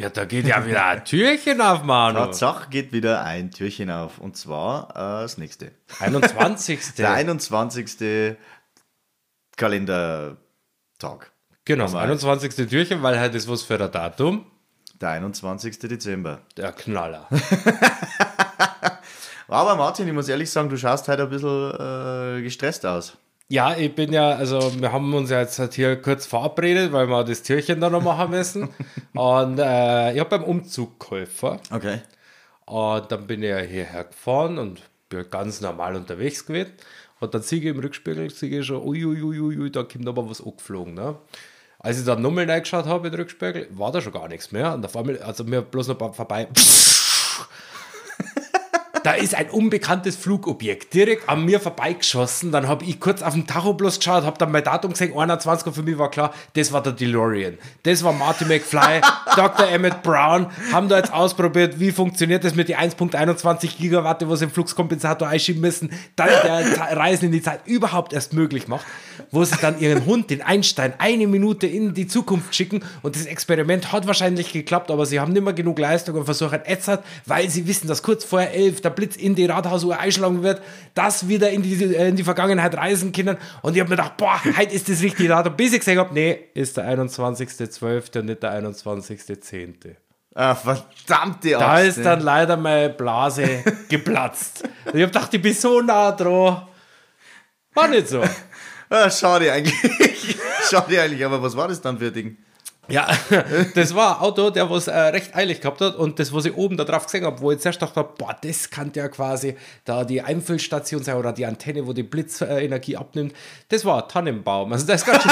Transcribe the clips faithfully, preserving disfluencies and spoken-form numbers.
Ja, da geht ja wieder ein Türchen auf, Manu. Tatsache geht wieder ein Türchen auf. Und zwar äh, das nächste. einundzwanzigste Der einundzwanzigste Kalendertag. Genau, das einundzwanzigste Türchen, weil halt das was für ein Datum. Der einundzwanzigste Dezember. Der Knaller. Aber Martin, ich muss ehrlich sagen, du schaust heute ein bisschen äh, gestresst aus. Ja, ich bin ja, also wir haben uns ja jetzt halt hier kurz verabredet, weil wir das Türchen da noch machen müssen. Und äh, ich habe beim Umzug geholfen. Okay. Und dann bin ich ja hierher gefahren und bin ganz normal unterwegs gewesen. Und dann sehe ich im Rückspiegel, sehe ich schon, uiuiuiui, ui, ui, da kommt aber was angeflogen. Ne? Als ich dann nochmal reingeschaut habe in den Rückspiegel, war da schon gar nichts mehr. Und auf einmal, also mir bloß noch vorbei. Da ist ein unbekanntes Flugobjekt direkt an mir vorbeigeschossen. Dann habe ich kurz auf den Tacho bloß geschaut, habe dann mein Datum gesehen, einundzwanzig, und für mich war klar, das war der DeLorean. Das war Marty McFly, Doktor Emmett Brown, haben da jetzt ausprobiert, wie funktioniert das mit den eins Komma einundzwanzig Gigawatt, was sie im Fluxkompensator einschieben müssen, dann der Reisen in die Zeit überhaupt erst möglich macht, wo sie dann ihren Hund, den Einstein, eine Minute in die Zukunft schicken, und das Experiment hat wahrscheinlich geklappt, aber sie haben nicht mehr genug Leistung und versuchen jetzt, weil sie wissen, dass kurz vorher elf der Blitz in die Rathausuhr einschlagen wird, das wieder in die, in die Vergangenheit reisen können. Und ich habe mir gedacht, boah, heute ist das richtige Datum. Bis ich gesagt habe, nee, ist der einundzwanzigste zwölfte und nicht der einundzwanzigste zehnte Ah, verdammte Axt. Da ist dann leider meine Blase geplatzt. Und ich habe gedacht, ich bin so nah dran. War nicht so. Ah, schade eigentlich. Schade eigentlich, aber was war das dann für ein Ding? Ja, das war ein Auto, der was äh, recht eilig gehabt hat, und das, was ich oben da drauf gesehen habe, wo ich zuerst dachte, boah, das kann ja quasi da die Einfüllstation sein oder die Antenne, wo die Blitzenergie abnimmt, das war ein Tannenbaum. Also das ist ganz schön.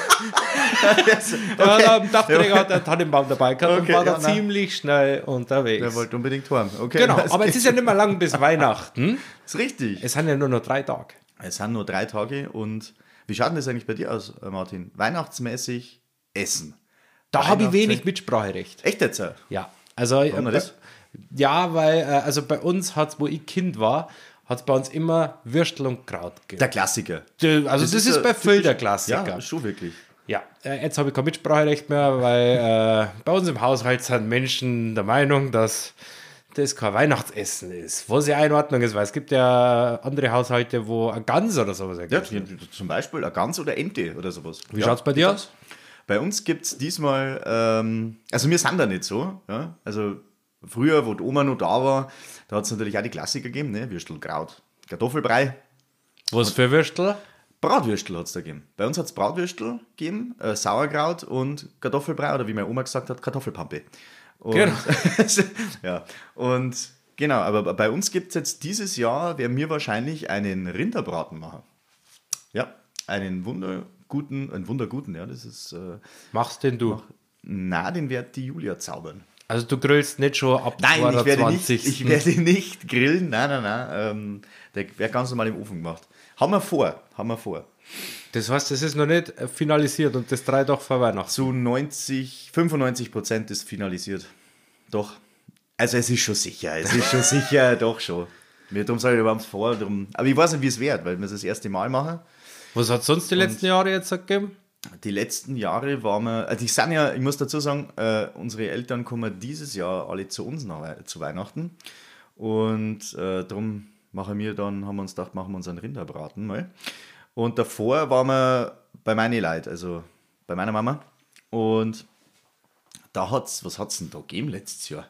Okay. Ja, am Dachträger hat er einen Tannenbaum dabei gehabt, okay, und war ja, da nein. ziemlich schnell unterwegs. Der wollte unbedingt fahren. Okay, genau, aber es ist ja nicht mehr lang bis Weihnachten. Das ist richtig. Es sind ja nur noch drei Tage. Es sind nur drei Tage. Und wie schaut denn das eigentlich bei dir aus, Martin? Weihnachtsmäßig Essen. Da habe ich wenig Mitspracherecht. Echt jetzt? Ja. Also, Warum äh, das? Ja, weil äh, also bei uns hat es, wo ich Kind war, hat es bei uns immer Würstel und Kraut gegeben. Der Klassiker. Also das, das ist, ist bei viel der Klassiker. Ja, schon wirklich. Ja, äh, jetzt habe ich kein Mitspracherecht mehr, weil äh, bei uns im Haushalt sind Menschen der Meinung, dass das kein Weihnachtsessen ist. Was ja in Ordnung ist, weil es gibt ja andere Haushalte, wo ein Gans oder sowas ja, zum Beispiel ein Gans oder Ente oder sowas. Wie ja, schaut es bei dir aus? Bei uns gibt es diesmal, ähm, also wir sind da nicht so, ja? Also früher, wo die Oma noch da war, da hat es natürlich auch die Klassiker gegeben, ne? Würstel, Kraut, Kartoffelbrei. Was für Würstel? Bratwürstel hat es da gegeben. Bei uns hat es Bratwürstel gegeben, äh, Sauerkraut und Kartoffelbrei, oder wie meine Oma gesagt hat, Kartoffelpampe. Und, genau. Ja, und genau, aber bei uns gibt es jetzt dieses Jahr, werden wir wahrscheinlich einen Rinderbraten machen. Ja, einen wunderguten, einen wunderguten, ja, das ist... Äh, Machst den du? Mach, na, den wird die Julia zaubern. Also du grillst nicht schon ab nein, ich werde nicht, ich werde nicht grillen, nein, nein, nein, ähm, der wird ganz normal im Ofen gemacht. Haben wir vor, haben wir vor. Das heißt, das ist noch nicht finalisiert und das drei Tage vor Weihnachten? Zu neunzig, fünfundneunzig Prozent ist finalisiert. Doch. Also es ist schon sicher, es ist schon sicher, doch schon. Wir darum sage ich, wir haben es vor, darum, aber ich weiß nicht, wie es wird, weil wir es das erste Mal machen. Was hat es sonst die und letzten Jahre jetzt gegeben? Die letzten Jahre waren wir, also ich sind ja, ich muss dazu sagen, äh, unsere Eltern kommen dieses Jahr alle zu uns nach, zu Weihnachten, und äh, darum machen wir dann, haben wir uns gedacht, machen wir uns einen Rinderbraten mal. Und davor waren wir bei meinen Leuten, also bei meiner Mama, und da hat's, was hat es denn da gegeben letztes Jahr?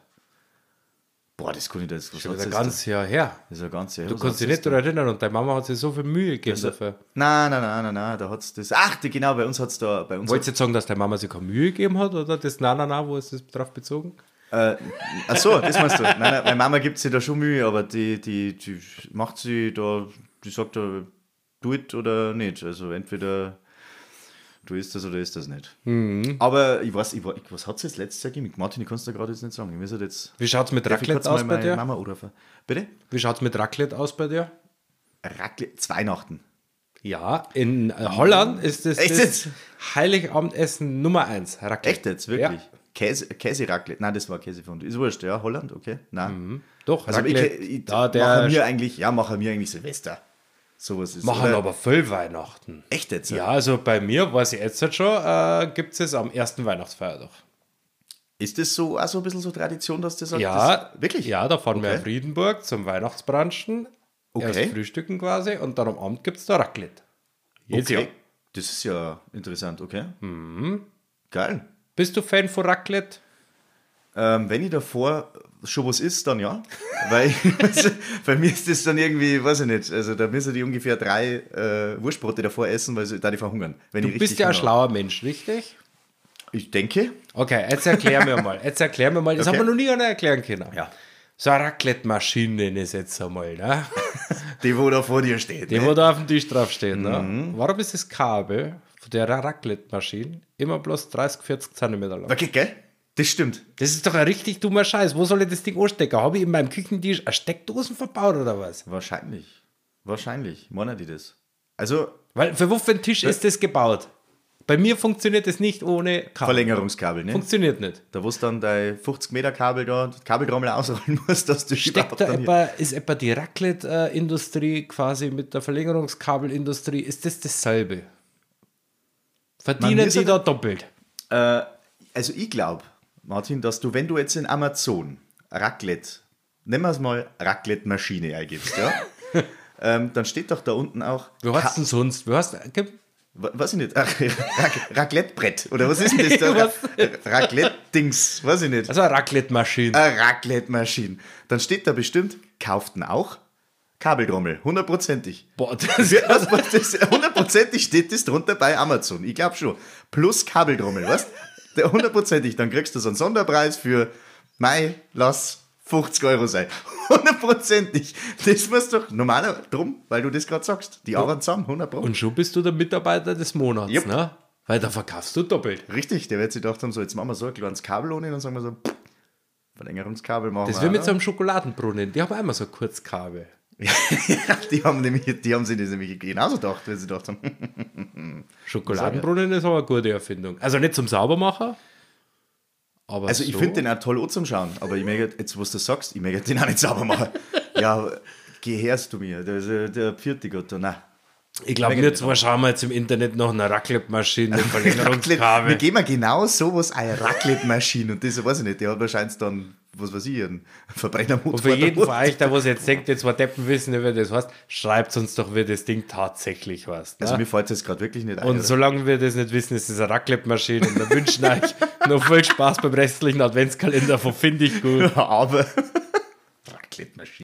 Boah, das kann ich das. Das ist ein ganzes Jahr her. Das ist ein ganzes Jahr. Du kannst dich nicht daran erinnern, und deine Mama hat sich so viel Mühe gegeben also, dafür. Nein, nein, nein, nein, nein, da hat es das. Ach, die, genau, bei uns hat es da. Bei uns Wolltest du jetzt sagen, dass deine Mama sich keine Mühe gegeben hat, oder das Nein, nein, nein, wo ist das drauf bezogen? Äh, ach so, das meinst du. Nein, nein, meine Mama gibt sich da schon Mühe, aber die, die, die macht sie da, die sagt da, du it oder nicht. Also entweder du isst das oder isst das nicht. Mhm. Aber ich weiß, ich, was hat es jetzt letztes Jahr gegeben? Martin, ich kann es dir gerade jetzt nicht sagen. Ich jetzt, Wie schaut es mit Raclette aus bei dir? Mama anrufen. Bitte? Wie schaut es mit Raclette aus bei dir? Raclette, zu Weihnachten. Ja, in Holland ist das, das Heiligabendessen Nummer eins. Raclette. Echt jetzt, wirklich? Ja. Käse, Käse-Raclette. Nein, das war Käsefondue. Ist wurscht, ja, Holland, okay. Nein. Mhm. Doch, also Raclette. Ich, ich, da, der machen wir eigentlich, ja, machen wir eigentlich Silvester. Sowas ist. Machen aber voll Weihnachten. Echt jetzt? Ja, also bei mir, weiß ich jetzt halt schon, äh, gibt es es am ersten Weihnachtsfeiertag. Ist das so auch so ein bisschen so Tradition, dass du sagst? Ja, das, wirklich? Ja, da fahren wir Okay. in Friedenburg zum Weihnachtsbrunchen. Okay. Erst frühstücken quasi und dann am Abend gibt es da Raclette. Jedes Jahr. Okay. Das ist ja interessant, okay. Geil. Bist du Fan von Raclette? Ähm, wenn ich davor schon was isst, dann ja. Weil also, bei mir ist das dann irgendwie, weiß ich nicht, also da müssen die ungefähr drei äh, Wurstbrote davor essen, weil sie da die verhungern. Wenn Du ich bist richtig ja ein Hunger schlauer Mensch, richtig? habe. Ich denke. Okay, jetzt erklär mir mal. Jetzt erklär mir mal. Das Okay. haben wir noch nie einer erklären können. Ja. So eine Raclette-Maschine ist jetzt einmal, ne? Die, wo da vor dir steht. Die, ne? wo da auf dem Tisch draufsteht, ne? Mhm. Warum ist das Kabel von der Raclette-Maschine immer bloß dreißig, vierzig Zentimeter lang? Okay, gell? Das stimmt. Das ist doch ein richtig dummer Scheiß. Wo soll ich das Ding anstecken? Habe ich in meinem Küchentisch eine Steckdosen verbaut oder was? Wahrscheinlich. Wahrscheinlich. Meinen die das? Also, Weil für was für ein Tisch ist das gebaut? Bei mir funktioniert das nicht ohne Kabel. Verlängerungskabel, ne? Funktioniert nicht. Da wo du dann dein fünfzig Meter Kabel da, die Kabeltrommel ausrollen musst, dass du Steckt überhaupt da dann hier- etwa, ist etwa die Raclette-Industrie quasi mit der Verlängerungskabelindustrie, ist das dasselbe? Man, Verdienen wir die sind- da doppelt? Äh, also ich glaube, Martin, dass du, wenn du jetzt in Amazon Raclette, nennen wir es mal Raclette-Maschine eingibst, ja? ähm, dann steht doch da unten auch, Wo hast du denn sonst? Wo hast, gib- wa- weiß ich nicht, Rac- Raclette-Brett oder was ist denn das da? Was? Raclette-Dings, weiß ich nicht. also eine Raclette-Maschine. Eine Raclette-Maschine. Dann steht da bestimmt, kauften auch Kabeltrommel, hundertprozentig. Boah, das Ja, das- das- Hundertprozentig steht das drunter bei Amazon. Ich glaube schon. Plus Kabeltrommel, weißt du? Hundertprozentig. Dann kriegst du so einen Sonderpreis für, Mai, lass fünfzig Euro sein. Hundertprozentig. Das muss doch normaler drum, weil du das gerade sagst. Die arbeiten zusammen, hundert Pro. Und schon bist du der Mitarbeiter des Monats, Jupp. ne? Weil da verkaufst du doppelt. Richtig, der wird sich gedacht haben, so, jetzt machen wir so ein kleines Kabel ohne, dann sagen wir so, pff, Verlängerungskabel machen Das wir. wie mit auch so noch. einem Schokoladenbrunnen. Die haben einmal so ein Kurzkabel. Ja, die haben, nämlich, die haben sich das nämlich genauso gedacht, weil sie gedacht haben, Schokoladenbrunnen ist aber eine gute Erfindung. Also nicht zum Saubermachen, aber also ich so. finde den auch toll anzuschauen, aber ich möchte, jetzt was du sagst, ich möchte den auch nicht sauber machen. Ja, gehörst du mir, der, der, der vierte Gott, nein. Ich glaube, wir zwei schauen wir jetzt im Internet nach einer Raclette-Maschine, einem Raclette, wir Verlängerungskabel. geben wir genau sowas, eine Raclette-Maschine und das weiß ich nicht, der hat wahrscheinlich dann, was weiß ich, einen Verbrennermotor. Und für jeden da. von euch, der was jetzt denkt, jetzt zwei Deppen wissen, wie das heißt, schreibt uns doch, wie das Ding tatsächlich heißt. Ne? Also mir fällt es jetzt gerade wirklich nicht ein. Und oder? solange wir das nicht wissen, ist es eine Raclette-Maschine. Und wir wünschen euch noch viel Spaß beim restlichen Adventskalender von Finde ich gut. aber Raclette-Maschine.